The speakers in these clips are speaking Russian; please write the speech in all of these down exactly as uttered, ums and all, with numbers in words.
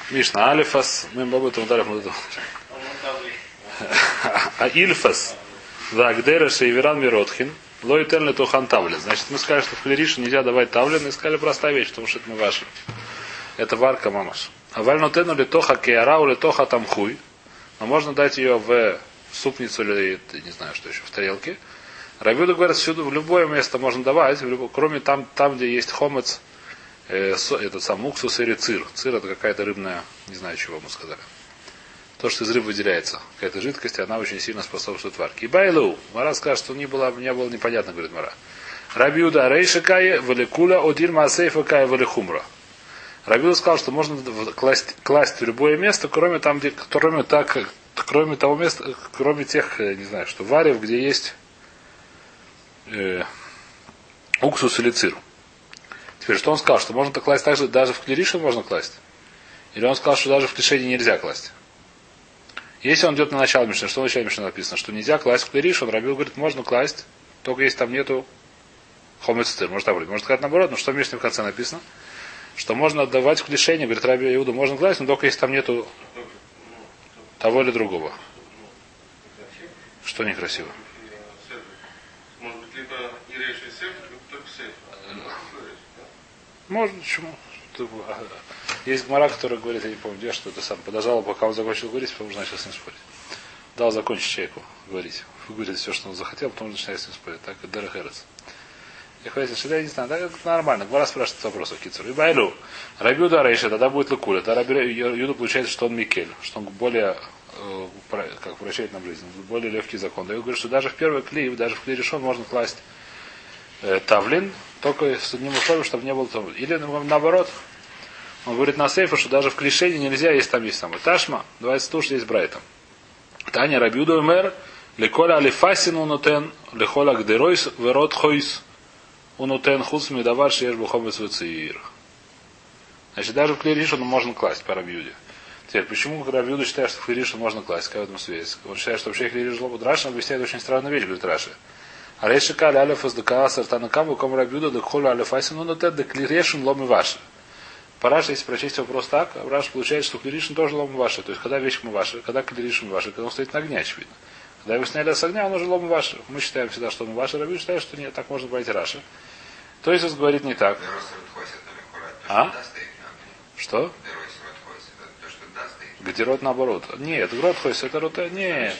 Мишна, алифас, мы об этом ударим. А ильфас, вагдера шейверан миротхин, лойтельный тухан тавлин. Значит, мы сказали, что в клеришу нельзя давать тавлин, и сказали простая вещь, потому что это мы ваши. Это варка мамаш. А вальнотену литоха кеарау литоха тамхуй. Но можно дать ее в супницу или, не знаю, что еще, в тарелке. Рабиуда говорит, всюду, в любое место можно давать, в любое, кроме там, там, где есть хомец, э, со, этот сам уксус или цир. Цир это какая-то рыбная, не знаю, чего мы сказали. То, что из рыбы выделяется. Какая-то жидкость, она очень сильно способствует варке. И байлу. Мара скажет, что не было, мне было непонятно, говорит Мара. Рабиуда рейша кая, валикуля, один маасейфа кая, валихумра. Рабиуда сказал, что можно класть, класть в любое место, кроме там, где, кроме так, кроме того места, кроме тех, не знаю, что варев, где есть э, уксус или цир. Теперь, что он сказал? Что можно класть также, даже в клеришу можно класть? Или он сказал, что даже в клешение нельзя класть? Если он идет на начало Мишны, что в начале Мишны написано? Что нельзя класть в клеришу, он Рабиуда говорит, можно класть, только если там нету хомец цир. Может, может сказать наоборот, но что в Мишне в конце написано? Что можно отдавать в лишение, говорит Раби Иуда, можно класть, но только если там нету того или другого. Что некрасиво? Может быть, либо и рейш, и сеф, либо только сеф. Можно, почему? Есть гмара, который говорит, я не помню, где, что это сам подождал, пока он закончил говорить, потому что начал с ним спорить. Дал закончить человеку говорить. Выговорить все, что он захотел, потом начинает с ним спорить. Так, Дера Херес. Я хочу, что я не знаю, так это нормально. Гмара спрашивает вопрос, Кицур. И байлу. Рабиуда рейша, тогда будет лакуля. Тогда Раби Юда получается, что он Микель, что он более, как вращает нам жизнь, более легкий закон. Да я говорю, что даже в первый клей, даже в клей решен можно класть э, тавлин, только с одним условием, чтобы не было тавлин. Или наоборот, он говорит на сейфе, что даже в клишении нельзя, если там есть самый ташма, двадцать туш есть брайтом. Таня Рабиуда мэр, леколя алифасину нотен, лехола гдеройс, верот хойс. Унутен хус медавар шееш бухомец вецеир. Значит, даже в клеришу можно класть по Рабиуде. Теперь, почему Рабиуда считает, что в клеришу можно класть? Какая в этом связь? Он считает, что вообще клеришу злобу Раши, он объясняет очень странную вещь, говорит Раши. А рейши кали алиф из декала сартанакам, ком Рабиуда декхолю алифасин, унутен деклерешин ломи ваши. По Раши, если прочесть вопрос так, Раши получает, что клеришин тоже ломи ваши. То есть, когда вещь мы ваши, когда клеришин ваши, когда он стоит на огне, очевидно. Когда его сняли с огня, он уже ломи ваши. Мы считаем всегда, что он ваши, Рабиуда считает, что нет, так можно пойти Раши. То есть, он говорит не так. А? Что? Гадирот наоборот. Нет, Гротхойс это рота. Нет.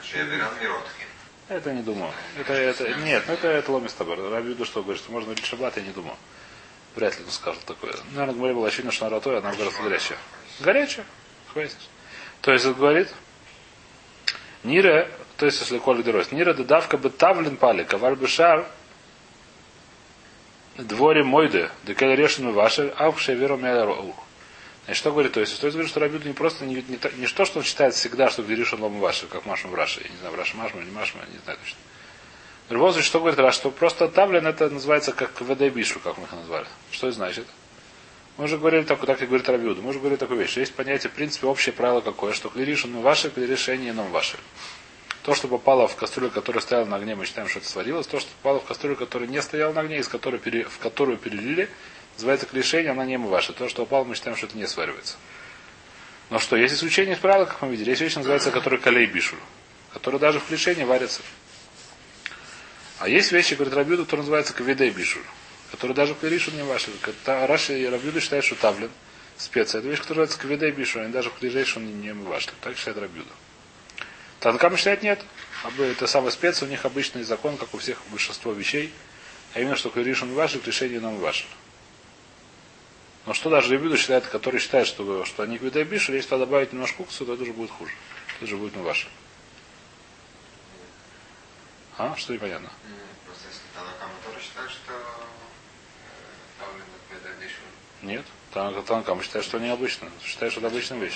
Это не думаю. Это, это, нет, это, это ломис табар. Рабиуда что говорит, что можно говорить шаббат, я не думаю. Вряд ли он скажет такое. Наверное, говорит, было очевидно, что на ротой, она гораздо горячая. Горячая? Хватит. То есть, он говорит, Нира, то есть, если коли дерос, Нира дедавка бы тавлин палика, вальбышар, дворе мойде, декель решены ваши, а в шеверу мялярух. Значит, что говорит? То есть, то есть говорит, что Рабиуда не просто не, не, не то, что он считает всегда, что где решен лом ваши, как Машма в Раши. Я не знаю, в Раши Машма или Машма, я не знаю точно. В любом случае, что говорит Раш, что просто тавлен это называется как ведайбишу, как мы их назвали. Что это значит? Мы уже говорили так, так и говорит Рабиуда. Мы уже говорили такую вещь. Есть понятие, в принципе, общее правило какое, что клеришен ваши, клерешение нам ваши. То, что попало в кастрюлю, которая стояла на огне, мы считаем, что это сварилось. То, что попало в кастрюлю, которая не стояла на огне, из которой пере, в которую перелили, называется клишение, она не мы ваша. То, что попало, мы считаем, что это не сваривается. Но что, есть исключение из правила, как мы видели. Есть вещь, называется, которая калей бишуль, которая даже в клишении варится. А есть вещи, говорит Рабиуда, которые называются кавидей бишуль, которые даже в клишении не ваши. Раши и Рабиуда считают, что тавлен, специя. Это вещь, которая называется кавидей бишуль, они даже в клишении не мы ваши. Так считает Рабиуда. Танкам считает нет. Это самая специя, у них обычный закон, как у всех большинство вещей. А именно, что клишен ваши, клишение нам ваши. Но что даже Рабиуда считает, который считает, что, что они квидай бишуль, если туда добавить немножко уксуса, то это уже будет хуже. Это же будет на ваши. А? Что непонятно? Просто если Танакам тоже считает, что тавлин это квидай бишуль. Нет. Танакам считает, что необычно. Считает, что это обычная вещь.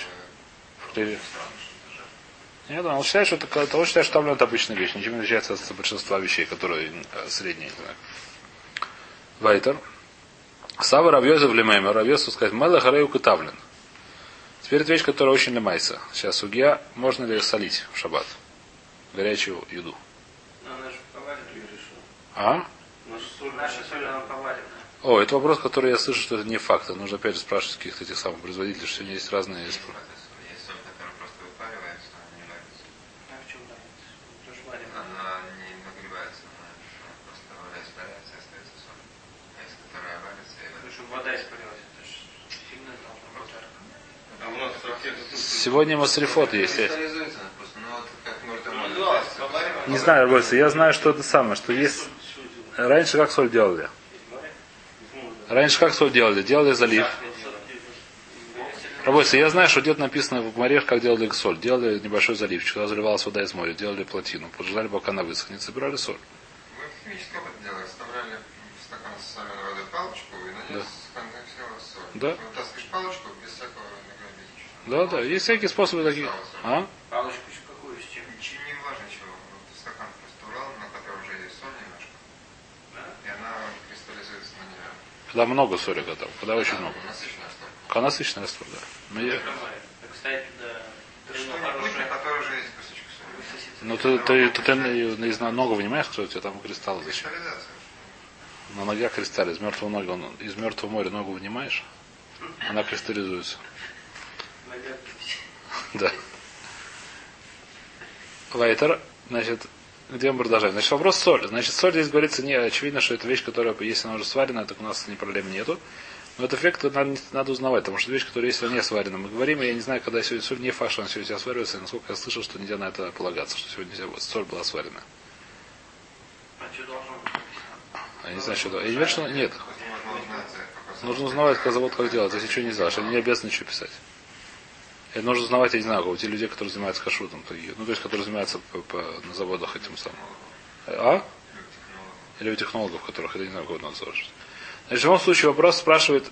Нет, он считает, что это, он считает, что тавлин это обычная вещь. Ничем не отличается от большинства вещей, которые средние. Вайтер. Сава Равьёза в Лемейма. Равьёза сказать, Мэлэ Хареюка тавлин. Теперь это вещь, которая очень лемайса. Сейчас угья, можно ли солить в шаббат? Горячую еду. Но она же поварена или решила? А? Наша соль, наша соль она поварена. О, это вопрос, который я слышу, что это не факт. Нужно опять же спрашивать каких-то этих самых производителей, что сегодня есть разные... Есть соль, которая просто выпаривается, она не варится. А в чем разница? Тоже варим. Она не нагревается, она просто вода испаряется и остается соль. А есть, которая варится и Потому что вода испарилась, это же сильно должно быть жарко. А у нас вообще... Сегодня масрифот есть. кристаллизуется она просто, ну вот как мертвый Ну море. да, разговариваем. Не знаю, больше. Я знаю, что это самое, что есть... Раньше как соль делали? Раньше как соль делали? Делали залив. Рабойся, я знаю, что где-то написано в Гмаре, как делали соль. Делали небольшой заливчик, туда заливалась вода из моря, делали плотину, поджидали, пока она высохнет, собирали соль. Мы химический опыт делали, вставляли в стакан с соленой водой палочку и на ней Да. сконденсировалась соль. Да. Вытаскиваешь палочку без всякого награбить. Да, да, есть всякие способы такие. А? Палочку еще какую с чем? Ничего не важно чего. Вот стакан просто урал, на котором уже есть соль немножко. Да? И она кристаллизуется на нее. Когда много соли готов, когда очень много. Насыщенная соль. Когда насыщенный раствор, да. Но я- Так, кстати, да. Что-нибудь, хорошее. на которой уже есть кусочек соли. Высосется. Ну ты, ты, ты, ты, из много вынимаешь, кто у тебя там кристаллы зачем? Кристаллизация. На ногах кристалл, из мертвого нога, он- из мертвого моря ногу вынимаешь, она кристаллизуется. Нога. Да. Лайтер, значит, где мы продолжаем? Значит, вопрос соль. Значит, соль здесь говорится не очевидно, что это вещь, которая, если она уже сварена, так у нас ни проблем нету. Но этот эффект надо, надо узнавать, потому что вещь, которая если она не сварена, мы говорим, и я не знаю, когда сегодня соль не факт, что она сегодня сваривается, и насколько я слышал, что нельзя на это полагаться, что сегодня нельзя, соль была сварена. А что должно быть написано? Я не знаю, что это. Я не верю, что нет. Можно узнать, как Нужно узнавать, как завод, как делать. Если ничего не знаешь, они не обязаны ничего писать. Это нужно узнавать, я не знаю, у тех людей, которые занимаются кашрутом, ну, то есть, которые занимаются по, по, на заводах этим самым. А? Или у технологов, которых, я не знаю, кого надо слушать. Значит, в любом случае, вопрос спрашивает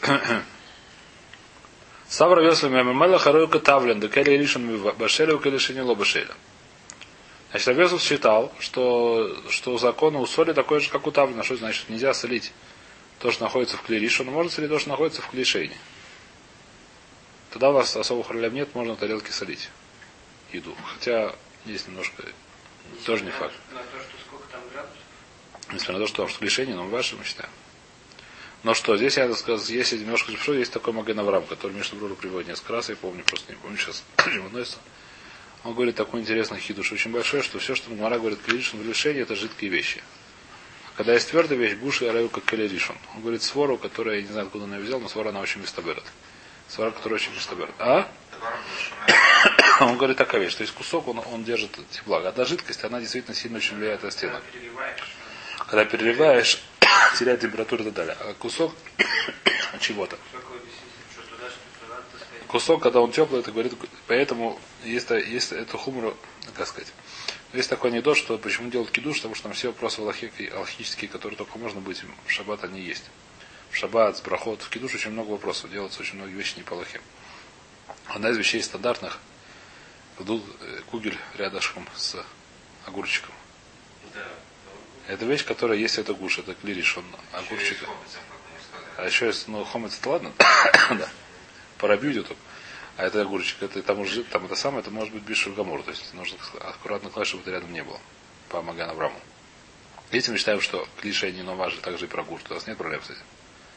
Савра Веслами Мемела Харуйка Тавлен, да Келли Ришин Башеля, у Келли Шинило Башеля. Значит, Авесов считал, что, что закон у соли такой же, как у Тавлена. Что значит? Нельзя солить то, что находится в клеришу, но можно солить то, что находится в клейшейне. Тогда у вас особых проблем нет, можно в тарелке солить еду. Хотя есть немножко, тоже не факт. На то, что сколько там градусов? Несмотря на то, что в клейшейне, но в вашем мы считаем. Но что, здесь я сказал, если немножко запишу, есть такой Маген Авраам, который Мишна Брура приводит несколько раз, я помню, просто не помню сейчас, чем относится. Он говорит такой интересный хидуш, очень большой, что все, что Гмара говорит клиришн в решении, это жидкие вещи. А когда есть твердая вещь, гуш и араю как калеришн. Он говорит свору, которая, я не знаю, откуда она ее взял, но свора она очень мистаберет. Свора, которая очень мистаберет. А? Он говорит такая вещь, что есть кусок, он, он держит тепла. А та жидкость, она действительно сильно очень влияет на стену. Когда переливаешь. Когда переливаешь, теряет температуру и так далее. А кусок чего-то. Какой действительно, что туда, что туда, так сказать. Кусок, когда он теплый, это говорит, поэтому есть, есть эту хумру, как сказать. Есть такой анекдот, что почему делают кидуш, потому что там все вопросы алхимические, которые только можно быть, в шаббат они есть. В шаббат, с брахот, в кидуш очень много вопросов, делаются очень многие вещи не по алахе. Одна из вещей стандартных, кладут кугель рядышком с огурчиком. Да. Это вещь, которая есть, это гуш, это клириш, он огурчик. А еще есть, ну, хомец, это ладно? Да. Парабью только. А это огурчик, это там уже там это самое, это может быть бишур гамур. То есть нужно аккуратно класть, чтобы это рядом не было. По Маган Авраму. Если мы считаем, что клише не важно, также и про гур, то у нас нет проблем с этим.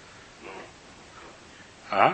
А?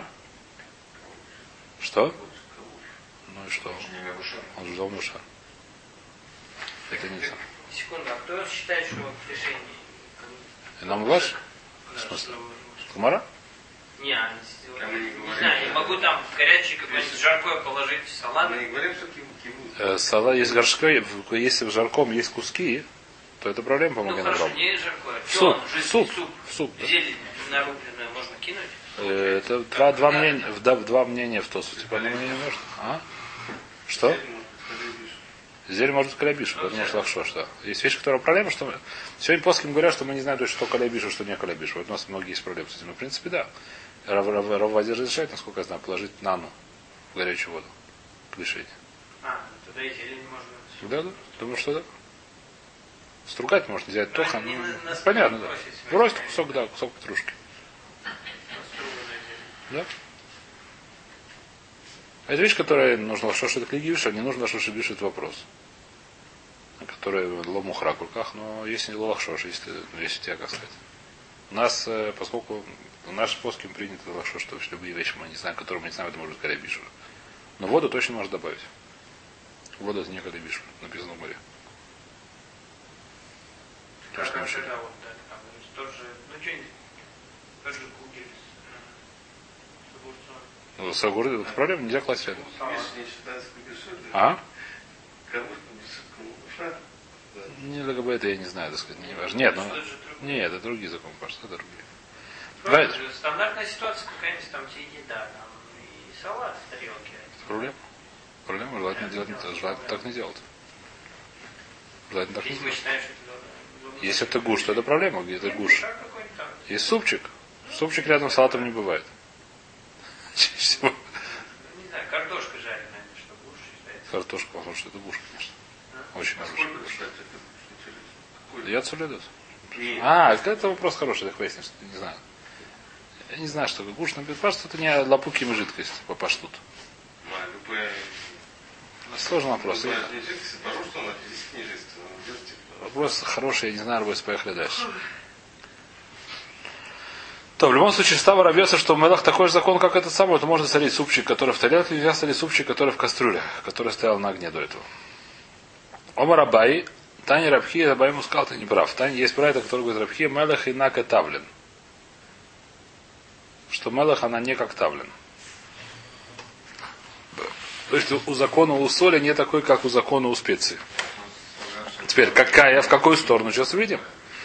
Что? Ну и что? Он же давно шар. Это не сам. Секунду, а кто считает, что решение? Нам ваш? В смысле? Кумара? Не, а, не, не знаю, я могу там горячий какой-нибудь жаркое положить салат. Мы не говорим, что кивут. Э, сала есть горшкой, если в жарком есть куски, то это проблема по Ну Маген хорошо, Авраму. не жаркое. Суп, Чё он, жидкий суп, суп. суп, да. Зелень нарубленную можно кинуть? Э, Это два, два, мнения, в- да, два мнения в Тосу. Типа одно мнение можно. А? Что? Зелень может быть калябишу, потому что лахшош, да. Есть вещи, которые проблема, что мы... Сегодня после говорят, что мы не знаем точно, что калябишу, что не калябишу. Вот у нас многие есть проблемы с этим. Но, в принципе, да. Рава разрешает, насколько я знаю, положить нану в горячую воду. К лишению. А, тогда и зелень можно. Да, да. Думаю, что да. Стругать можно взять Ну, тоха. не Ну, на- на понятно, стол да. бросить, Бросить возьмешь. кусок, да, кусок петрушки. Наструганная зелень. Да? Это вещь, которая нужна что что это клигивша, не нужно что решит вопрос. Который ломух ракурках, но если не лохшош, если, ну, если тебя, как сказать. У нас, э, поскольку в нашей плоским принято хорошо, что любые вещи мы не знаем, которые мы не знаем, это может быть калебишур. Но воду точно можно добавить. Вода это не калебишур, написано в море. Как тогда вот, да, там, тоже, ну что-нибудь, тот же кугель с огурцом. Ну, с огурцом, это проблема, нельзя класть рядом. Если не считается кубишур, А? кому кубишур, Не Л Г Б это я не знаю, так сказать, не важно. Нет, ну, Что же другое? нет, это другие законы, пожалуйста, это другие. Просто Давайте. стандартная ситуация какая-нибудь там тебе еда, там и салат в тарелке. Проблема. Проблема, желательно делать не так, желательно так не делать. Желательно так не Если мы делать. считаем, что это должно- Если это гуш, то это проблема, где это Нет, гуш. шаг какой-нибудь там. Есть супчик. Супчик рядом с салатом не бывает. Чаще всего. Ну, не знаю, картошка жареная, это что, гуш считается? Картошка похоже, что это гуш, конечно. Очень а хороший. сколько, кстати, это интересно? Я цуледос. Нет. А, это вопрос хороший, так выяснишь, что не знаю. Я не знаю, что такое гуш, но просто это не лапуким и жидкость по паштут. А, любая... Сложный вопрос. Любая жидкость, потому что она физически не жидкость, она идет типа... Вопрос хороший, я не знаю, Рабойс, поехали дальше. То, в любом случае, става рабьется, что в Мелах такой же закон, как этот самый, то можно солить супчик, который в тарелке, нельзя солить супчик, который в кастрюле, который стоял на огне до этого. Омар Абай, Таня Рабхи, Абай ему сказал, ты не прав. Таня есть брайта, который говорит Рабхи, Мелах и Нака Тавлен. Что Мелах, она не как Тавлен. То есть у закона у соли не такой, как у закона у специй. Теперь, какая, в какую сторону? Сейчас увидим.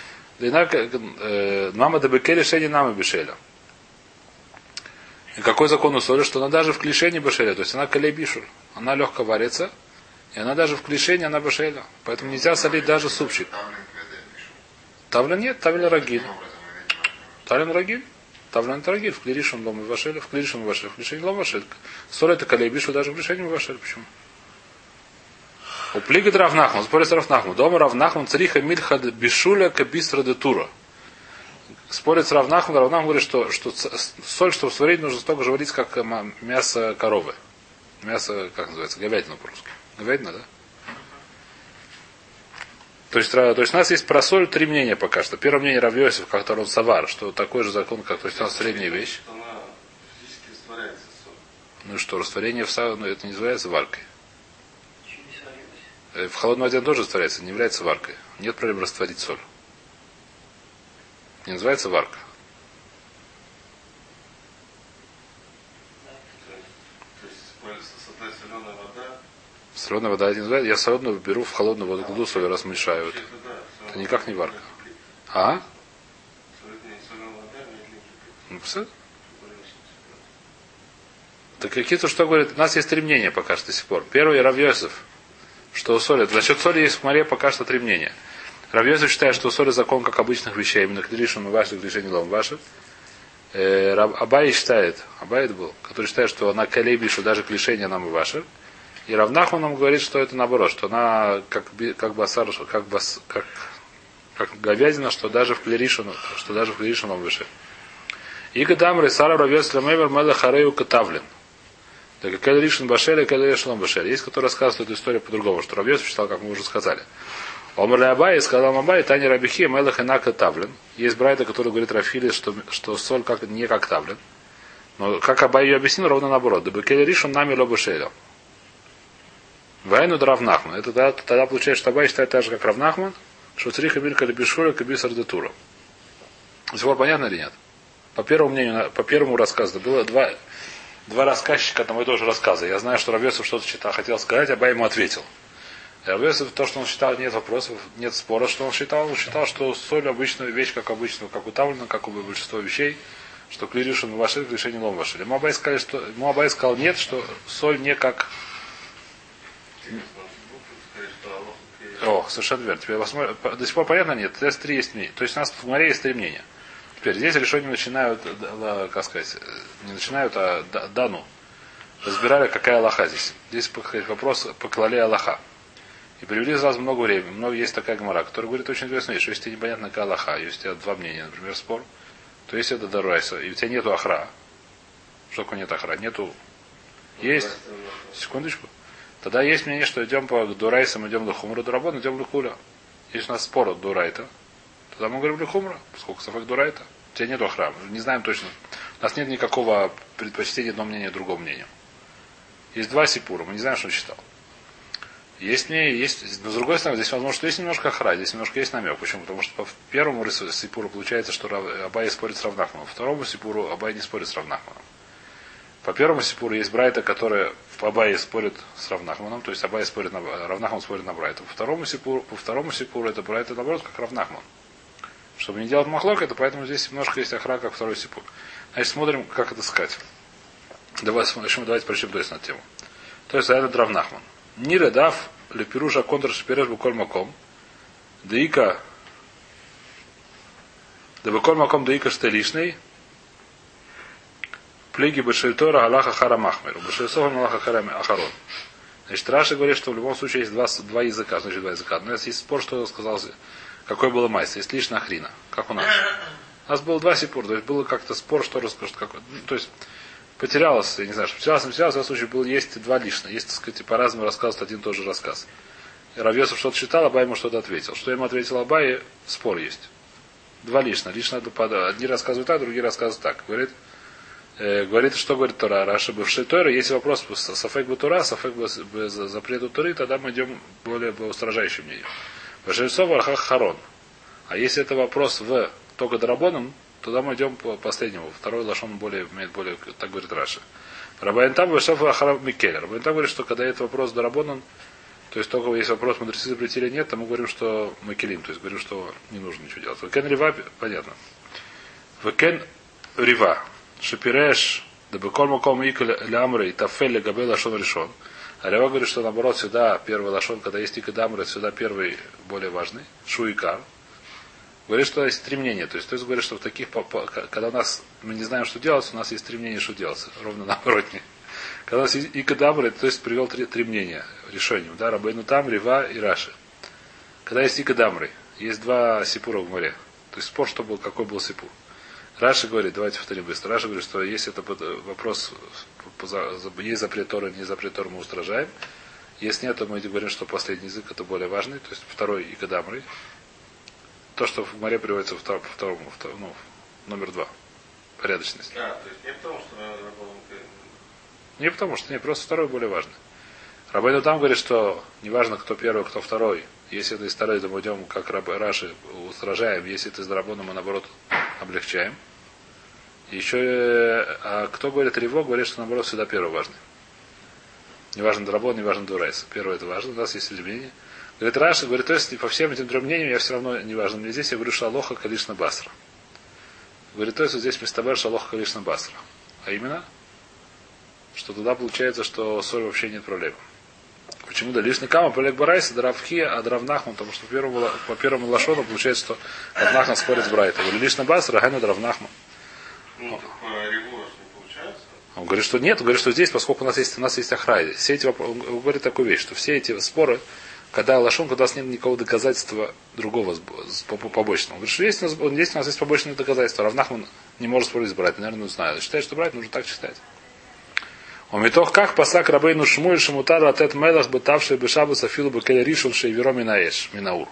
Мама дебеке решение нам и бешеля. И какой закон у соли? Что она даже в клишении бешеля, то есть она калебишур. Она легко варится, и она даже в клишении, она бешеля. Поэтому нельзя солить даже супчик. Тавлен нет, тавлен рагиль. Тавлен рагиль. Тавлен это рагиль. В клиришем лом и вашеля, в клиришем и вашеля, в клишении лом вашель. Соль это калебишур, даже в клишении и вашель. Почему? У плигат Равнахман, спорит с Равнахман. Дома Равнахман цариха мильхад бишуля кабистра де тура. Спорит с Равнахман, Равнахман говорит, что, что соль, чтобы сварить, нужно столько же варить, как мясо коровы. Мясо, как называется, говядина по-русски. Говядина, да? То есть, то есть у нас есть про соль три мнения пока что. Первое мнение Рав-Йосеф, как он Савар, что такой же закон, как то есть у нас средняя вещь. Она физически растворяется, соль. Ну и что, растворение в саве, ну, это не называется варкой. Еще не сварилось. В холодной воде он тоже растворяется, не является варкой. Нет проблем растворить соль. Не называется варка. То есть используется создать соленая вода. Соленая вода не называется. Я соленую беру в холодную воду, кладу соль, размешаю. Вообще это да. Это никак не варка. А? Соленая вода медленно кипит. Ну, все. Так какие-то что говорят? У нас есть три мнения пока что до сих пор. Первый Рав-Йосеф, что у соли. Насчет соли есть в море пока что три мнения. Рав-Йосеф считает, что у соли закон как обычных вещей, именно клиришем и ваших, клиришем лом ваших. Э, Абай считает, Абай это был, который считает, что она калебишу, даже клишение нам и ваших. И Равнахман нам говорит, что это наоборот, что она как, как басар, как, бас, как, как говядина, что даже в клиришу, что даже в клиришу нам выше. И гадам ресара Рав-Йосеф лемевер мелех харею катавлен. Так калеришин башель и калеришин башель. Есть, кто рассказывает эту историю по-другому, что Рав-Йосеф считал, как мы уже сказали. Омар Абай сказал Абай, Тани Рабихи, Мелах и Нака Тавлен. Есть брайта, который говорит Рафили, что, что соль как, не как Тавлен. Но как Абай ее объяснил, ровно наоборот. Дебекель Ришон нами лобышеля. Вайну да Равнахман. Это тогда, тогда получается, что Абай считает так же, как Равнахман, что цриха бирка лебишура кабисар де тура. До сих пор понятно или нет? По первому мнению, по первому рассказу было два, два рассказчика одного и того же рассказа. Я знаю, что Рав-Йосеф что-то читал, хотел сказать, Абай ему ответил. Рав-Йосеф, то, что он считал, нет вопросов, нет спора, что он считал. Он считал, что соль обычная вещь, как обычную, как утавлена, как у большинства вещей, что клиришин вашель, клишение лом вашель. Ему Абай сказал, что ему Абай сказал нет, что соль не как. О, совершенно верно. Теперь посмотрим. До сих пор понятно нет. Здесь три есть мнения. То есть у нас в море есть три мнения. Теперь здесь решения начинают, как сказать, не начинают, а дану. Разбирали, какая Аллаха здесь. Здесь вопрос по клале Аллаха. И привели сразу много времени. Много есть такая гмара, которая говорит очень интересную вещь, что если тебе непонятно какая Аллаха, если у тебя два мнения, например, спор, то если это Дарайса, и у тебя нету ахра. Что такое нет ахра? Нету. Есть. Секундочку. Тогда есть мнение, что идем по Дурайсам, идем до Хумра, до Рабон, идем до Куля. Если у нас спор от Дурайта, тогда мы говорим до Хумра, поскольку Сафак Дурайта. тебя нет храма. Не знаем точно. У нас нет никакого предпочтения одному мнению другому мнению. Есть два сипура, мы не знаем, что он читал. Есть мнение, есть. Но с другой стороны, здесь возможно, что есть немножко хра, здесь немножко есть намек. Почему? Потому что по первому сипуру получается, что Абай спорит с Равнахманом. По второму сипуру Абай не спорит с Равнахманом. По первому сипуру есть Брайта, которая в Абае спорит с Равнахманом, то есть Абай спорит на Равнахман спорит на Брайту. По второму сипуру, по второму сипуру это Брайта наоборот, как Равнахман. Чтобы не делать махлок, это поэтому здесь немножко есть охра, как второй сипур. Значит, смотрим, как это сказать. Давайте смотрим, давайте прочтем то есть на эту тему. То есть это Равнахман. Нире дав лепируша контр шпереш буколь маком. Деика. Да буколь маком деика штелишный. Плеги Башельтора Аллаха Харамахмеру. Башельсов Аллаха Харам Значит, Раши говорит, что в любом случае есть два, два языка. Значит, два языка. Но есть спор, что сказал, какой было майс. Есть лишь нахрина. Как у нас. У нас было два сипура. То есть было как-то спор, что расскажет. Какой. Ну, то есть потерялось, я не знаю, что потерялось, не потерялось. В этом случае было, есть два лишних. Есть, так сказать, по-разному рассказывают один и тот же рассказ. И Рав Йосеф что-то читал, Абай ему что-то ответил. Что ему ответил Абай, спор есть. Два лишних. Лишних одни рассказывают так, другие рассказывают так. Говорит, Говорит, что говорит Тора. Раша бывший Тора. Если вопрос сафек бы Тора, сафек бы запрету Торы, тогда мы идем более устражающим мнением. Башельсов Архах Харон. А если это вопрос в только Дарабоном, тогда мы идем по последнему. Второй лашон более, имеет более, так говорит Раша. Рабайн там Башельсов Архав Микель. Рабайн там говорит, что когда это вопрос Дарабоном, то есть только если вопрос мудрецы запретили или нет, то мы говорим, что мы келим. То есть говорим, что не нужно ничего делать. Векен Рива, понятно. Векен Рива. Шапиреш, да бы кольмаком ика лямры и тафель габей лашон решен. А Рева говорит, что наоборот всегда первый лашон, когда есть ика дамры, всегда первый более важный. Шуикар. Говорит, что есть три мнения. То есть, то есть говорит, что в таких, когда у нас мы не знаем, что делать, у нас есть три мнения, что делать. Ровно наоборот. Когда у нас есть ика дамры, то есть привел три, три мнения решением. Да, Рабейну там, Рива и Раши. Когда есть ика дамры, есть два сипура в море. То есть спор, что был, какой был сипур. Раши говорит, давайте повторим быстро. Раши говорит, что если это вопрос, есть запрет Торы, не запрет Торы, мы устражаем. Если нет, то мы говорим, что последний язык это более важный, то есть второй и кадамры. То, что в море приводится во второму, второму, ну, номер два. Порядочность. А, то есть не потому, что Рабейну. Не потому, что не, просто второй более важный. Рабейну там говорит, что неважно, кто первый, кто второй. Если это из второй, то мы идем, как Раши, устражаем. Если это из Рабона, мы наоборот облегчаем. Еще, а кто говорит Риво, говорит, что наоборот всегда первый важный. Не важен Драбон, не важен Дурайс. Первый это важно, у нас есть мнение. Говорит Раши, говорит, то есть по всем этим трем мнениям я все равно не важно. Мне здесь я говорю Шалоха Калишна Басра. Говорит, то есть вот здесь Мистабер Шалоха Калишна Басра. А именно, что туда получается, что соль вообще нет проблем. Почему да? Лишний кама, Полек Барайса, Даравхи, а Дравнахман, потому что по первому, по первому лашону получается, что Равнахман спорит с Брайтой. Говорит, лишний Басра, Гану Дравнахман. Ну, так по Реву не получается. Он говорит, что нет, он говорит, что здесь, поскольку у нас есть, у нас есть охрай. Все эти вопросы, он говорит такую вещь, что все эти споры, когда лашон, когда у нас нет никакого доказательства другого побочного. Он говорит, что есть у нас, здесь у нас есть побочные доказательства. Равнахман не может спорить с Брайтой. Наверное, не знаю. Считает, что брать нужно так считать. Он метох как пасак Рабейну Шмуэль Шамутару Атет Мелах бытавший Бешабуса Филу Бекель Ришун Шейверо Минаэш Минаур.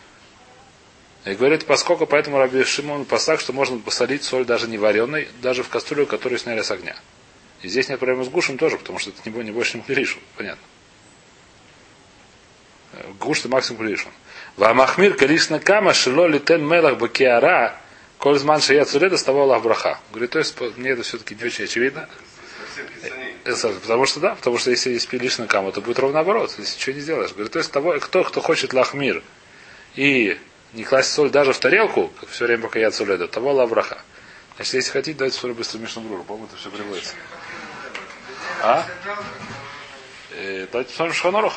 И говорит, поскольку поэтому Раби Шимон пасак, что можно посолить соль даже не вареной, даже в кастрюлю, которую сняли с огня. И здесь нет проблемы с гушем тоже, потому что это не, не больше, чем клиришун. Понятно. Гуш это максимум клиришун. Вамахмир Калишна Кама Шило Литен Мелах Бекеара Кользман Шия Цуледа Ставал Аллах Браха. Говорит, то есть мне это все-таки не очень очевидно. Потому что да, потому что если есть пилишна кама, то будет ровно наоборот, если ничего не сделаешь. Говорит, то есть того, кто, кто хочет лахмир и не класть соль даже в тарелку, как все время пока я соль, того лавраха. Значит, если хотите, давайте соль быстро в Мишну Брура, по-моему, это все приводится. А? Э, давайте посмотрим Шханорух.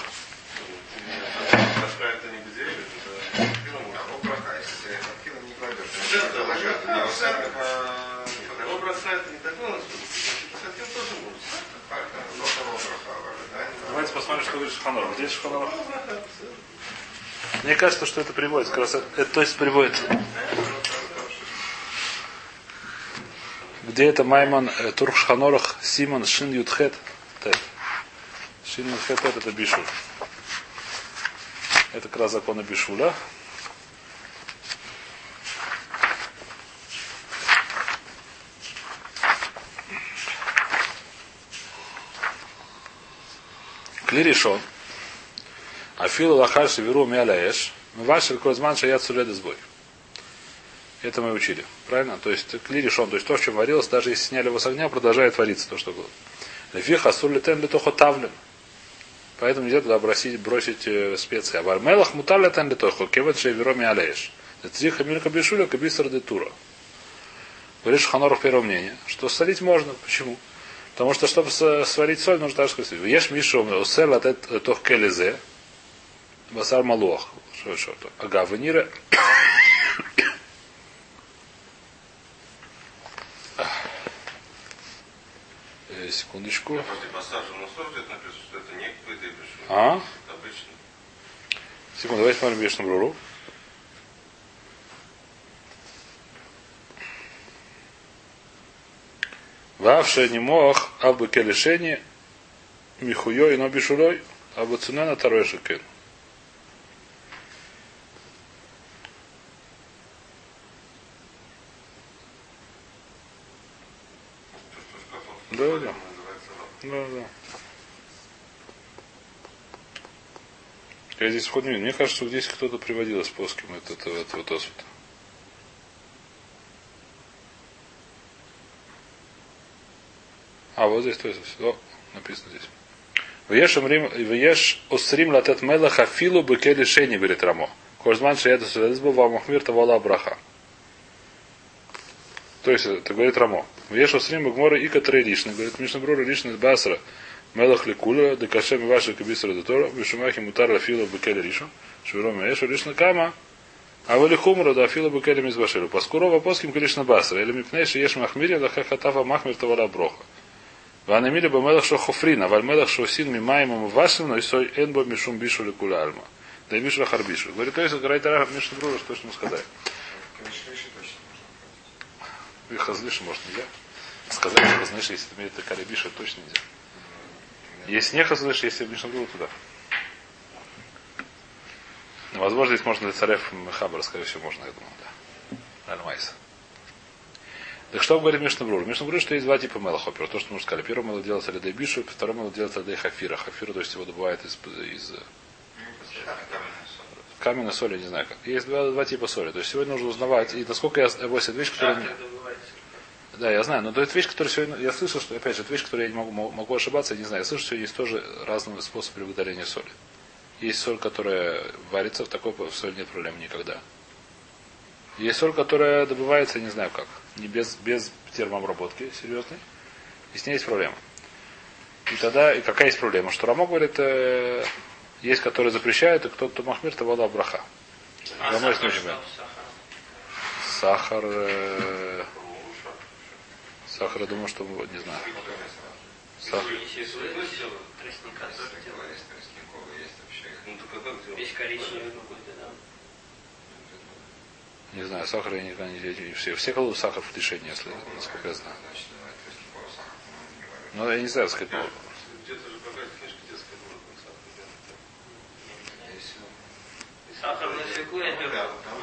Давайте посмотрим, что говорит Шханорух. Здесь Шханорух. Мне кажется, что это приводит. Как раз это, то есть приводит. Где это Майман э, Турх Шханорух Симон Шин Ютхет Тет. Шин Ютхет Тет это Бишуль. Это как раз законы Бишуля. Кли решен. Афилу лахаль шеверу мяляеш. Мывашель крозман шаят суледа сбой. Это мы учили. Правильно? То есть кли решен. То есть то, в чем варилось, даже если сняли его с огня, продолжает вариться то, что было. Лефиха сурлитен литохо тавлен. Поэтому нельзя туда бросить, бросить э, специи. А в армелах муталетен литохо. Кевет шеверу мяляеш. Триха милька бешуля кабистр де тура. Говорит Шуханор в первом мнении, что солить можно. Почему? Потому что, чтобы сварить соль, нужно так сказать. Ешь мишу усер латет тох келезе. Басар малуах. Что что то? Ага, ванира. Секундочку. А? Секунду, давайте посмотрим Бешну Бруру. Вавше не мог абы келешени михуей, но бешурой, абы цуна на второй шекен. Да, да. Да, да. Я здесь вход не вижу. Мне кажется, что здесь кто-то приводил из плоским этот, этого тосфита. А, вот здесь то есть. О, написано здесь. Веш умрим, веш осрим латет мелаха филу быке лишени берет рамо. Кожман шеяду сулезбу вам махмир тавала браха. То есть, это говорит Рамо. Веш осрим бгмора и катрей лишны. Говорит, Мишна Брура лишны басра. Мелах ликуля, декашем ваши кабисра детора, вишумахи мутар лафила быкеля ришу, швирома эшу лишна кама, а вали хумра да фила быкеля мизбашелю. Поскурова поским калишна басра, или мипнейши еш махмири, да хахатава махмир тавала броха. Ванамили бы мелах шо хофрина, валь мелах шо син мимаемому вашим, но и сой энбо мишум бишу ликуля альма. Да и бишу лахарбишу. Говорит, то есть, говорит Мишна Брура, что точно сказать. И хазлиши может нельзя. Сказать, что знаешь, если ты имеешь карибиша, точно нельзя. Если не хазлиши, если Мишна Брура, туда. Возможно, здесь можно для царев Хабара, скорее всего, можно, я думаю, да. Нормайс. Так что говорит Мишна Брура? Мишна Брура, что есть два типа мелаха. Первое, то, что мы уже сказали. Первый мелах делается ледей бишу, второй мелах делается ледей хафира. Хафира, то есть его добывают из, из каменной соли, не знаю как. Есть два, два типа соли. То есть сегодня нужно узнавать. И насколько я это вещь, которая не... Да, я знаю, но это вещь, которая сегодня. Я слышал, что опять же, это вещь, которую я не могу, могу ошибаться, я не знаю. Я слышу, что есть тоже разные способы приготовления соли. Есть соль, которая варится, в такой в соли нет проблем никогда. Есть соль, которая добывается, не знаю как. Не без, без термообработки серьезной. И с ней есть проблема. И тогда, и какая есть проблема? Что Рамо говорит, э, есть, которые запрещают, и кто-то махмир, то вода браха. А Рамо сахар, есть сахар. Сахар, э, сахар, я думаю, что, не знаю. Сахар. Весь коричневый какой-то, да? Не знаю, сахар я никогда не видел. Все, все кладут сахар в лишение, если, насколько я знаю. Ну, я не знаю, сказать. Где-то же какая-то книжка детская была. Сахар на свеклу я беру.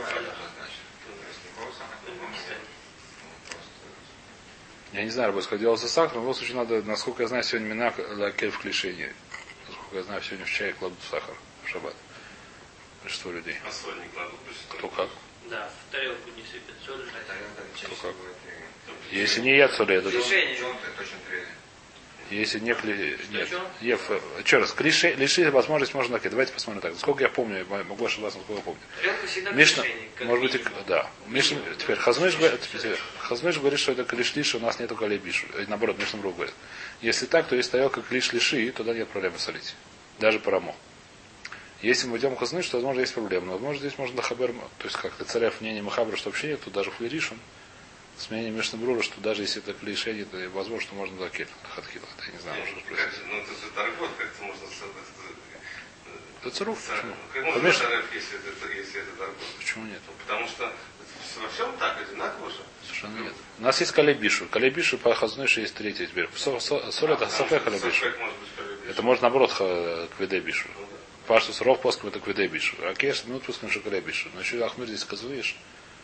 Я не знаю, работа делался сахар, но в любом случае надо, насколько я знаю, сегодня мина лакель в клишении. Насколько я знаю, сегодня в чай кладут сахар в шаббат. Большинство людей. А соль не кладут? Кто как? Да, в тарелку не сыпят соль. Кто как? Если не яд соли, это... Лишение. Если не кли... Нет. Ев... Еще раз, клише, лиши возможность можно накидать. Давайте посмотрим так. Сколько я помню, я могу ошибаться, насколько я помню. Тарелка всегда Мишна, лишение, может быть, и... минимум. да. Мишна, теперь Хазныш говорит, Хазныш говорит, что это клиш лиши, у нас нету калебишу. Наоборот, Мишна Брух говорит. Если так, то есть тарелка клиш лиши, тогда нет проблемы солить. Даже по рамо. Если мы идем к Хазныш, то, возможно, есть проблема. Но, возможно, здесь можно хабер, то есть как-то царев мнение Махабра, что вообще нет, тут даже в Лиришин. С мнением Мишна Брура, что даже если это клишение, то возможно, что можно лакель. Хатхила. Я не знаю, можно спросить. Ну, это же торгот, как-то можно... Это царуф. Почему? Как можно Конечно. тариф, если это, если это торгот? Почему нет? Потому что во всем так, одинаково же. Совершенно нет. У нас есть калебишу. Калебишу по Хазнышу есть третий теперь. Соль это сафе калебишу. Это может наоборот кведебишу. Пашту срок поском это кведебишу. А кеш минут пуском что калебишу. Но еще Ахмир здесь сказываешь.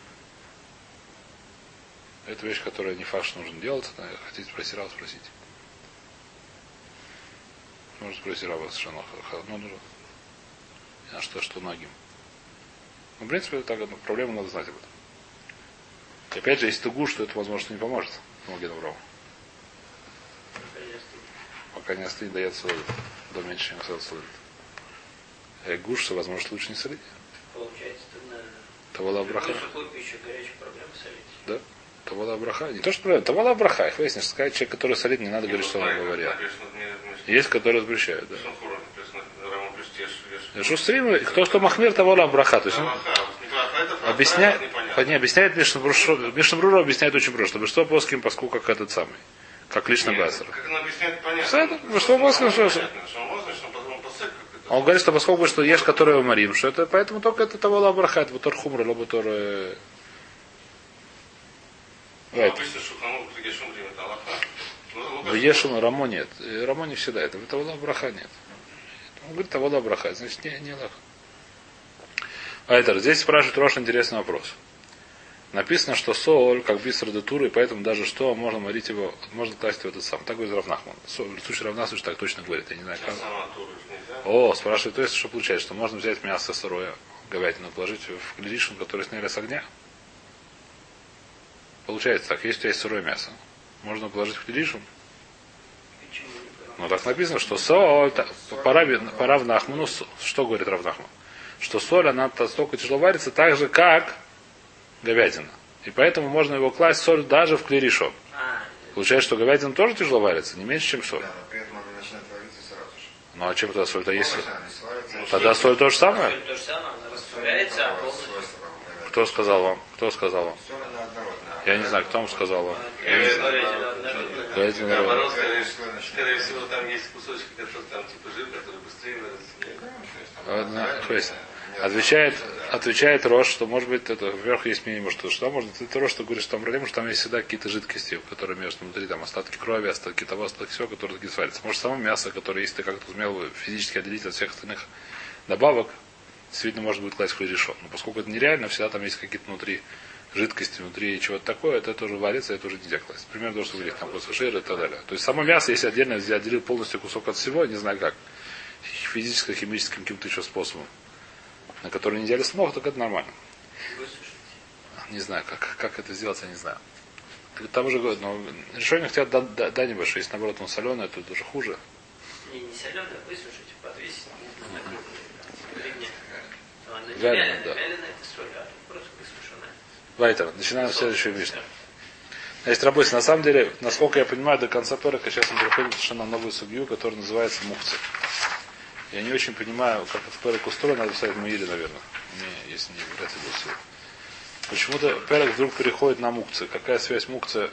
Это вещь, которая не факт, что нужно делать. Хотите про сирал спросить? можно спросить раба совершенно. Ну, ну, а что, что ногим? Ну, в принципе, так, ну, проблему надо знать об этом. И опять же, если ты гуш, то это, возможно, не поможет. Помоги доброму. Пока не остынет, дает солит. До меньше, чем солит солит. А гуш, что, возможно, лучше не солить. Получается, тогда... Тавала браха. Сухую пищу, горячую проблему солить. Да. Тавала браха. Не то, что правильно. Тавала браха. Их выяснишь, сказать, человек, который солит, не надо говорить, что он говорил. Есть, которые запрещают, да. Шустрим, кто что махмир, того ла браха. То есть он объясняет, не объясняет Мишнабрура объясняет очень просто, чтобы что плоским паску как этот самый, как лично Басар. Как она объясняет, понятно. Что плоским, что он говорит, что поскольку что ешь, который уморим, что это, поэтому только это того ла браха, это бутор хумра, ло бутор. В Ешему Рамо нет. Рамо не всегда. Это того браха нет. Он говорит, того браха. Значит, не, не лаха. А это здесь спрашивает Рош интересный вопрос. Написано, что соль, как бисер де тура, и поэтому даже что, можно морить его, можно класть в этот сам. Так говорит Равнахман. Слушай, Равнахман так точно говорит. Я не знаю, как. О, спрашивает, то есть, что получается, что можно взять мясо сырое, говядину, положить в глядишин, который сняли с огня. Получается так, если у тебя есть сырое мясо, можно положить в глядишин. Ну так написано, что соль, пора, пора в Нахману, что говорит Равнахман? Что соль, она настолько тяжело варится, так же, как говядина. И поэтому можно его класть соль даже в клеришо. Получается, что говядина тоже тяжело варится, не меньше, чем соль. Да, но при этом она начинает вариться сразу же. Ну а чем тогда соль-то есть? Ну, Тогда соль то же самое? То же самое, она растворяется, а полностью... Кто сказал вам? Кто сказал вам? Соль она однородная. Я не знаю, кто вам сказал вам. Я не знаю. Говядина Наоборот, народная. скорее, скорее всего, там есть кусочки, которые там типа жир, который быстрее вырастет. То есть, отвечает, отвечает Рош, что может быть это вверх есть минимум, что что может это Рош, что говорит, что там проблема, что там есть всегда какие-то жидкости, которые между внутри, там остатки крови, остатки того, остатки всего, которые такие сварятся. Может само мясо, которое если ты как-то сумел физически отделить от всех остальных добавок, действительно может быть класть в решо. Но поскольку это нереально, всегда там есть какие-то внутри жидкости, внутри чего-то такое, это тоже варится, это уже нельзя класть. Примерно то, что говорит, там просто жир и так далее. То есть само мясо, если отдельно я отделил полностью кусок от всего, не знаю как, физически, химическим каким-то еще способом, на который нельзя ли смог, так это нормально. Не знаю, как, как это сделать, я не знаю. Там уже говорят, но решение хотят да, да, да небольшое, если наоборот он соленый, то это уже хуже. Не, не соленое, высушить, подвесить на круглый ремне. Вяленое, да. Вяленое это соль, а просто высушенное. Вайтер, начинаем следующую мишну. Значит, рабочий, на самом деле, насколько я понимаю, до конца перека сейчас мы переходим совершенно на новую судью, которая называется мухцы. Я не очень понимаю, как этот перек устроен, надо писать Муире, наверное. Не, если не вряд ли был все. Почему-то перек вдруг переходит на мукцы. Какая связь мукцы?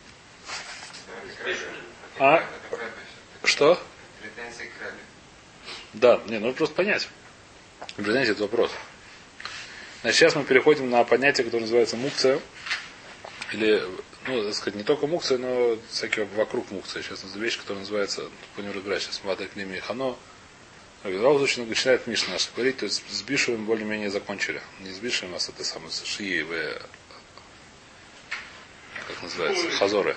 А? Что? Претензии к Рабе. Да, не, ну просто понять. Знаете, этот вопрос. Значит, сейчас мы переходим на понятие, которое называется мукция. Или, ну, так сказать, не только мукция, но всякие вокруг мукции. Сейчас это вещь, которая называется, будем разбирать сейчас, Мада Клими и Хано. Равз очень начинает Мишна наш говорить, то есть с Бишевым более-менее закончили. Не с Бишевым, а с этой самой с Шией, как называется, Хазоры.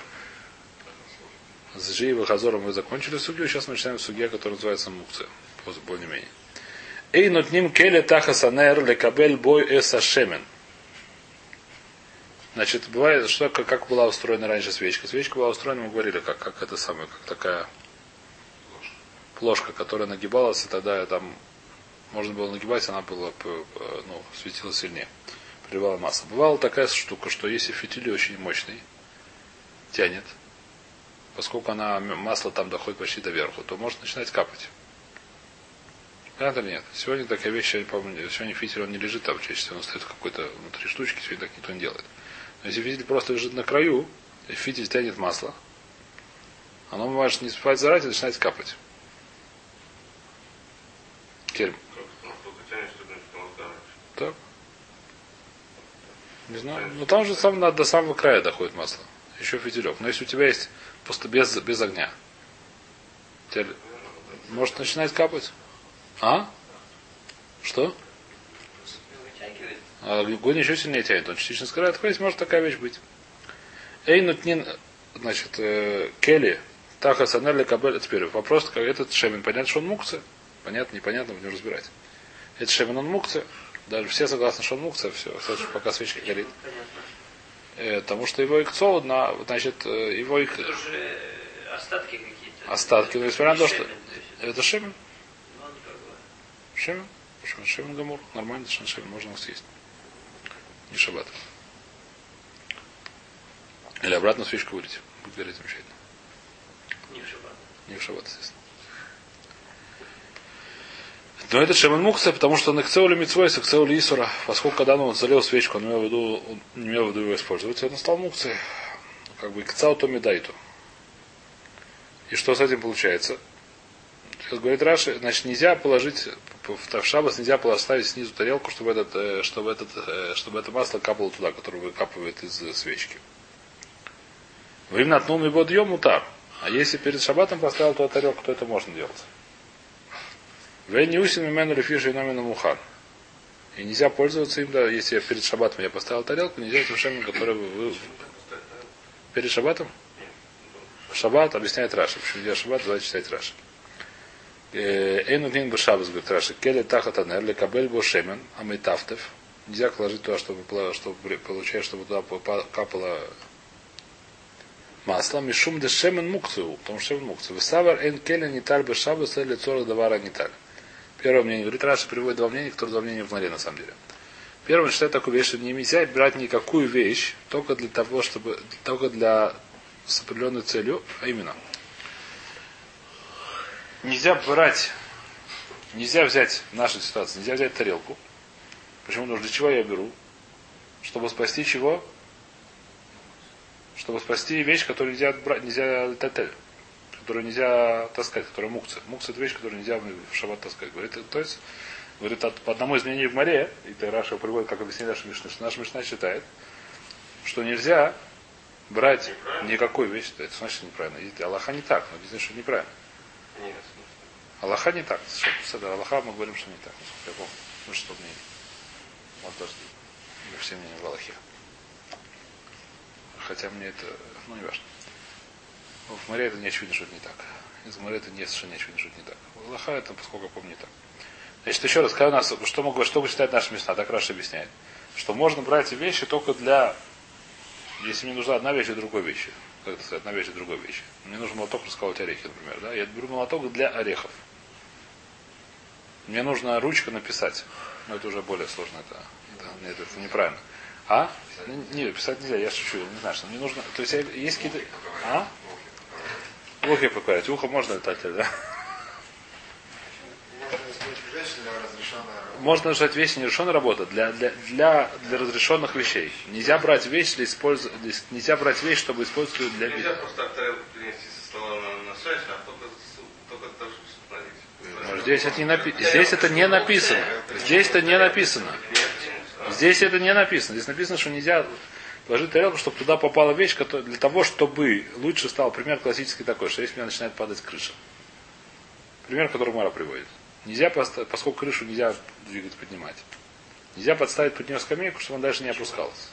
С Шией и Хазором мы закончили судью, сейчас мы начинаем судья, который называется Мукция. Более-менее. Эй, нотним келе тахасанер лекабель бой эсашемен. Значит, бывает, что как, как была устроена раньше свечка. Свечка была устроена, мы говорили, как, как это самое, как такая ложка, которая нагибалась, и тогда там можно было нагибать, она была, ну, светила сильнее. Приливала масса. Бывала такая штука, что если фитиль очень мощный, тянет, поскольку она, масло там доходит почти до верху, то может начинать капать. Понятно или нет? Сегодня такая вещь, я помню, сегодня фитиль он не лежит там, чаще всего он стоит в какой-то внутри штучки, сегодня так никто не делает. Но если фитиль просто лежит на краю, и фитиль тянет масло, оно может не спать зарать и начинает капать. Теперь. Так. Не знаю. Но там же сам, до самого края доходит масло. Еще фитилек. Но если у тебя есть просто без, без огня, теперь может начинать капать. А? Что? А огонь еще сильнее тянет. Он частично сгорает. То есть может такая вещь быть. Эй, нутнин, значит, э, Келли, Так, асанерли кабель. Теперь вопрос, как этот шемен. Понятно, что он мукция. Понятно, непонятно, будем разбирать. Это шемен, он мукция. Даже все согласны, что он мукция. Все, пока свечка горит. Э, потому что его икцо, на, значит, его ик... Это уже остатки какие-то. Остатки, но несмотря на то, что... Это шемен. Ну, он как бы... Шемен. Почему? Шемен гамур. Нормально, что шемен. Можно его съесть. Не шаббат. Или обратно свечку вылить. Будет гореть замечательно. Не в шаббат. Не в шаббат, естественно. Но это шемен мукция, потому что он икцеули митцвой, икцеули исура. Поскольку когда он залил свечку, он, имел в виду, он не имел в виду его использовать, он стал мукцией. Как бы икцау то медайту. И что с этим получается? Сейчас говорит Раши, значит, нельзя положить в шаббат нельзя поставить снизу тарелку, чтобы, этот, чтобы, этот, чтобы это масло капало туда, которое выкапывает из свечки. Вы им натнул и бодьем мутар. А если перед шаббатом поставил туда тарелку, то это можно делать. Вы не усин имену лефиши и номина мухан. И нельзя пользоваться им, да, если я перед шаббатом я поставил тарелку, нельзя этим шемом, который вы, вы... Перед шаббатом? Шаббат объясняет Раши. Почему нельзя шаббат, давайте читать Раши. Эйну дин бешабас, говорит Раши. Келе тахатанер, лекабель бо шемен, амитафтев. Нельзя положить туда, чтобы, чтобы получать, чтобы туда капало масло. Мишум де шемен мукцию, потому что шемен мукцию. Высавар эн келе ниталь бешабас, или цорах давара ниталь. Первое мнение, говорит Раши, приводит два мнения, которые два мнения в море на самом деле. Первое, он считает такую вещь, что нельзя брать никакую вещь только для того, чтобы, только для с определенной целью, а именно нельзя брать, нельзя взять в нашей ситуации, нельзя взять тарелку. Почему нужно? Для чего я беру? Чтобы спасти чего? Чтобы спасти вещь, которую нельзя брать, нельзя татель, которую нельзя таскать, которая мукция. Мукция это вещь, которую нельзя в шаббат таскать. Говорит, то есть, говорит, по одному из мнений в море, и Раша приводит, как объяснили наша Мишна, что наша Мишна считает, что нельзя брать никакой вещи, это значит неправильно. Аллаха не так, но объясняет, что неправильно. Нет. Аллаха не так. С Аллаха мы говорим, что не так. Я помню. Ну что мнение. Вот даже все мнения в Аллахе. Хотя мне это, ну не важно. В море это не очевидно, что это не так. Из моря это не совершенно не очевидно, что это не так. В Аллаха это, поскольку я помню, не так. Значит, еще раз, когда у нас, что могу, что читать наша Мишна, так Раша объясняет, что можно брать вещи только для, если мне нужна одна вещь и другой вещи. Как это сказать, одна вещь и другой вещи. Мне нужен молоток расколоть орехи, например. Да? Я беру молоток для орехов. Мне нужна ручка написать. Но это уже более сложно. Это, это, нет, это неправильно. А? Не, писать нельзя, я шучу, я не знаю, что мне нужно. То есть есть какие-то. А? Ухо покорять. Ухо можно летать, да? Можно нажать вещи нерешенная работа для, для, для, для разрешенных вещей. Нельзя брать вещь для использовать. Нельзя брать вещь, чтобы использовать для. Нельзя просто тарелку принести со стола на, на шесть, а только, только даже установить. Здесь это не напи... Здесь это не написано. Здесь это не написано. Здесь это не написано. Здесь написано, что нельзя положить тарелку, чтобы туда попала вещь, которая... для того, чтобы лучше стал. Пример классический такой, что если у меня начинает падать крыша. Пример, который Мара приводит. Нельзя, поскольку крышу нельзя двигать, поднимать. Нельзя подставить под нее скамейку, чтобы она дальше не опускалась.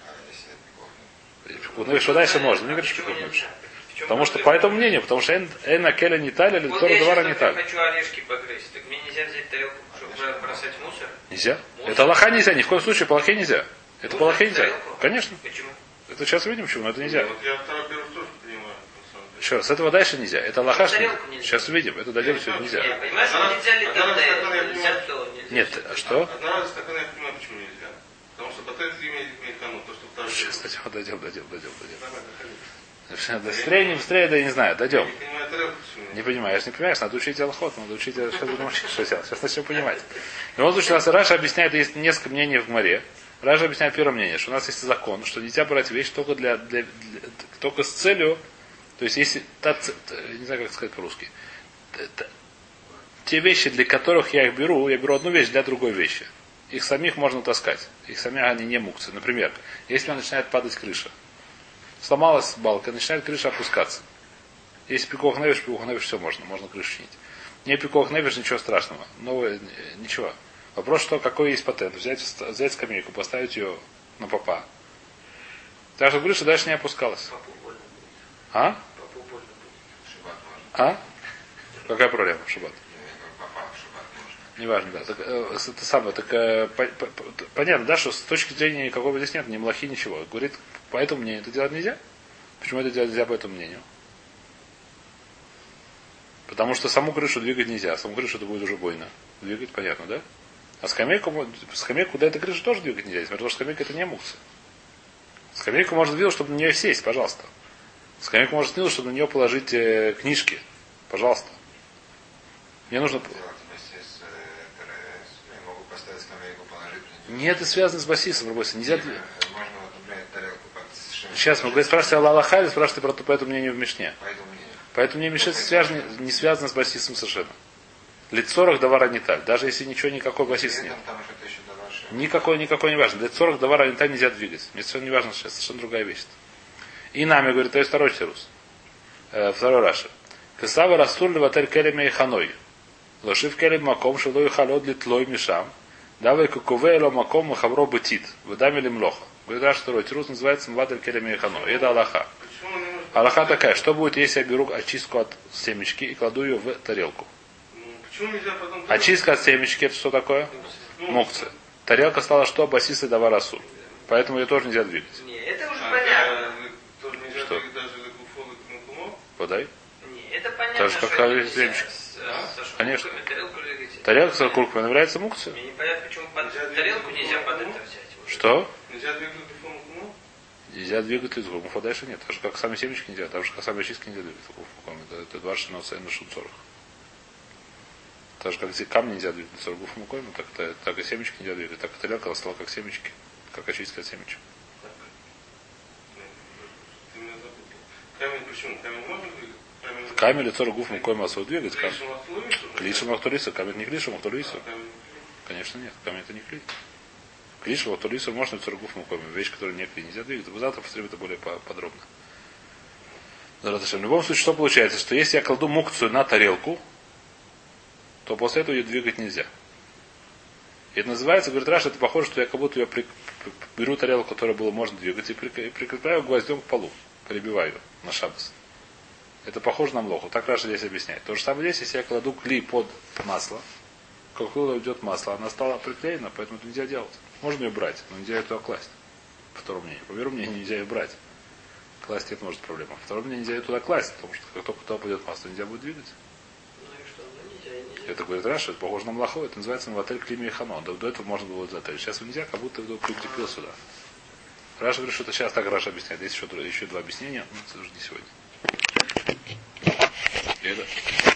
Ну и что дальше можно? Не говоришь, что поднимешь. Потому что, по этому мнению, потому что Эна Келя не таль, или Тора Двара не таль. Я хочу орешки погрызть, так мне нельзя взять тарелку, чтобы бросать в мусор? Нельзя. Это Аллаха нельзя, ни в коем случае по Аллахе нельзя. Это по Аллахе нельзя. Конечно. Почему? Это сейчас увидим, почему, но это нельзя. Вот я второй первый тоже понимаю. Еще раз, с этого дальше нельзя. Это Аллаха. Сейчас увидим. Это дойдем, все нельзя. Я понимаю, что нельзя летать, нельзя то, нельзя. Нет, а что? Одна раз стакан я понимаю, почему нельзя. Потому что потом имеет кому, то, что второй. Сейчас дойдем, дойдем, дойдем, дойдем, дойдем. Быстрее, не быстрее, да я не знаю. Дойдем. Не понимаю тарелку, почему. Не понимаешь, не понимаешь, надо учить Алхот, надо учить, сейчас будем учить, что делать. Сейчас начнем понимать. В любом случае, у нас Раша объясняет, есть несколько мнений в море. Раша объясняет первое мнение, что у нас есть закон, что нельзя брать вещь только для, для, для только с целью, то есть если, та, не знаю, как сказать по-русски, та, те вещи, для которых я их беру, я беру одну вещь для другой вещи. Их самих можно таскать. Их самих они не мукцы. Например, если у меня начинает падать крыша, сломалась балка, начинает крыша опускаться. Если пикох невиш, пикох невиш, все можно, можно крышу чинить. Не пикох невиш, ничего страшного. Новое, ничего. Вопрос, что какой есть патент. Взять, взять скамейку, поставить ее на попа. Так что крыша дальше не опускалась. А? А? Какая проблема в шаббат? Попал в шаббат можно. Неважно, да. Так, э, это самое, так э, по, по, по, понятно, да, что с точки зрения никакого здесь нет, ни млахи, ничего. Говорит, по этому мнению это делать нельзя. Почему это делать нельзя по этому мнению? Потому что саму крышу двигать нельзя, саму крышу это будет уже больно. Двигать, понятно, да? А скамейку, скамейку до этой крыши тоже двигать нельзя, потому что скамейка это не мукция. Скамейку можно двигать, чтобы на нее сесть, пожалуйста. Скамейку можно двигать, чтобы на нее положить э, книжки. Пожалуйста. Мне нужно... Я могу поставить скамейку, положить. Нет, это связано с басисом, Рабойса. Нельзя... Можно, вот, например, тарелку под... Сейчас мы говорим, спрашиваете Алла Аллаха или спрашиваете про то, по этому мнению в Мишне. Поэтому мнение. Поэтому мне Мишне связано, не связано с басисом совершенно. Лицорах давара не так. Даже если ничего, никакой басис нет. Никакой, никакой не важно. Лицорах давара не так нельзя двигать. Мне совершенно не важно сейчас. Совершенно другая вещь. И нами, говорит, то есть второй сирус. Э, второй Раши. Кесава расур леватель келеме и ханой. Лошив келем маком шелой халод литлой мишам. Давай кукуве ло маком махавро бытит. Выдами ли млоха. Говорит, Раши второй сирус называется мвадель келеме и ханой. Это Аллаха. Аллаха такая, что будет, если я беру очистку от семечки и кладу ее в тарелку? Почему нельзя потом... Очистка от семечки, это что такое? Мукция. Тарелка стала что? Басис и давар асур. Поэтому ее тоже нельзя двигать. Не, это уже А, понятно. тоже нельзя Что? двигать даже лекуфол и кумкумо? Подай. Не, это понятно. Так же, как что и нельзя семечко. с- со шкурками Конечно. тарелку двигать. Тарелка с окурком является мукцией. Мне непонятно, почему под тарелку нельзя под это взять. Вот. Что? Нельзя двигать лекуфол и кумкумо? Нельзя двигать лицо. Муфа дальше нет. Так же, как сами семечки нельзя. Так же, как сами очистки нельзя двигать. Это, это два шиноса и на шуцорах. Так же, как эти камни нельзя двигать лицо гуфом и койму, так, так, так и семечки нельзя двигать. Так и тарелка стала как семечки. Как очистка от семечек. Ты меня запутал. Камень почему? Камень можно двигать? Камень... Камень лицо гуфом и койму освоит двигать. Камень. Клишем Ахтулису? Клишем Ахтулиса. Камень не клишем Ахтулису. А, камень... Конечно нет. Камень это не клей. Клишем Ахтулису можно лицо гуфом и койму. Вещь, которая не клей. Нельзя двигать. Вы завтра посмотрим это более подробно. В любом случае, что получается? Что если я кладу мукцию на тарелку, то после этого ее двигать нельзя. И это называется, говорит Раша, это похоже, что я как будто я при, беру тарелку, которую было можно двигать, и прикрепляю гвоздем к полу. Прибиваю ее на шаббас. Это похоже на млоху. Так Раша здесь объясняет. То же самое здесь, если я кладу клей под масло, как только идет масло, она стала приклеена, поэтому это нельзя делать. Можно ее брать, но нельзя ее туда класть. По второму мнению. По первому мнению, нельзя ее брать. Класть это может проблема. По второму мнению, нельзя ее туда класть, потому что как только туда пойдет масло, нельзя будет двигать. Ну и что? Ну нельзя, и нельзя. Это говорит Раша, это похоже на млаху, это называется маватель климе и хано. До, до этого можно было затель. Сейчас нельзя, как будто его прикрепил сюда. Раша говорит, что это сейчас так Раша объясняет. Есть еще, еще два объяснения, но это уже не сегодня. И это...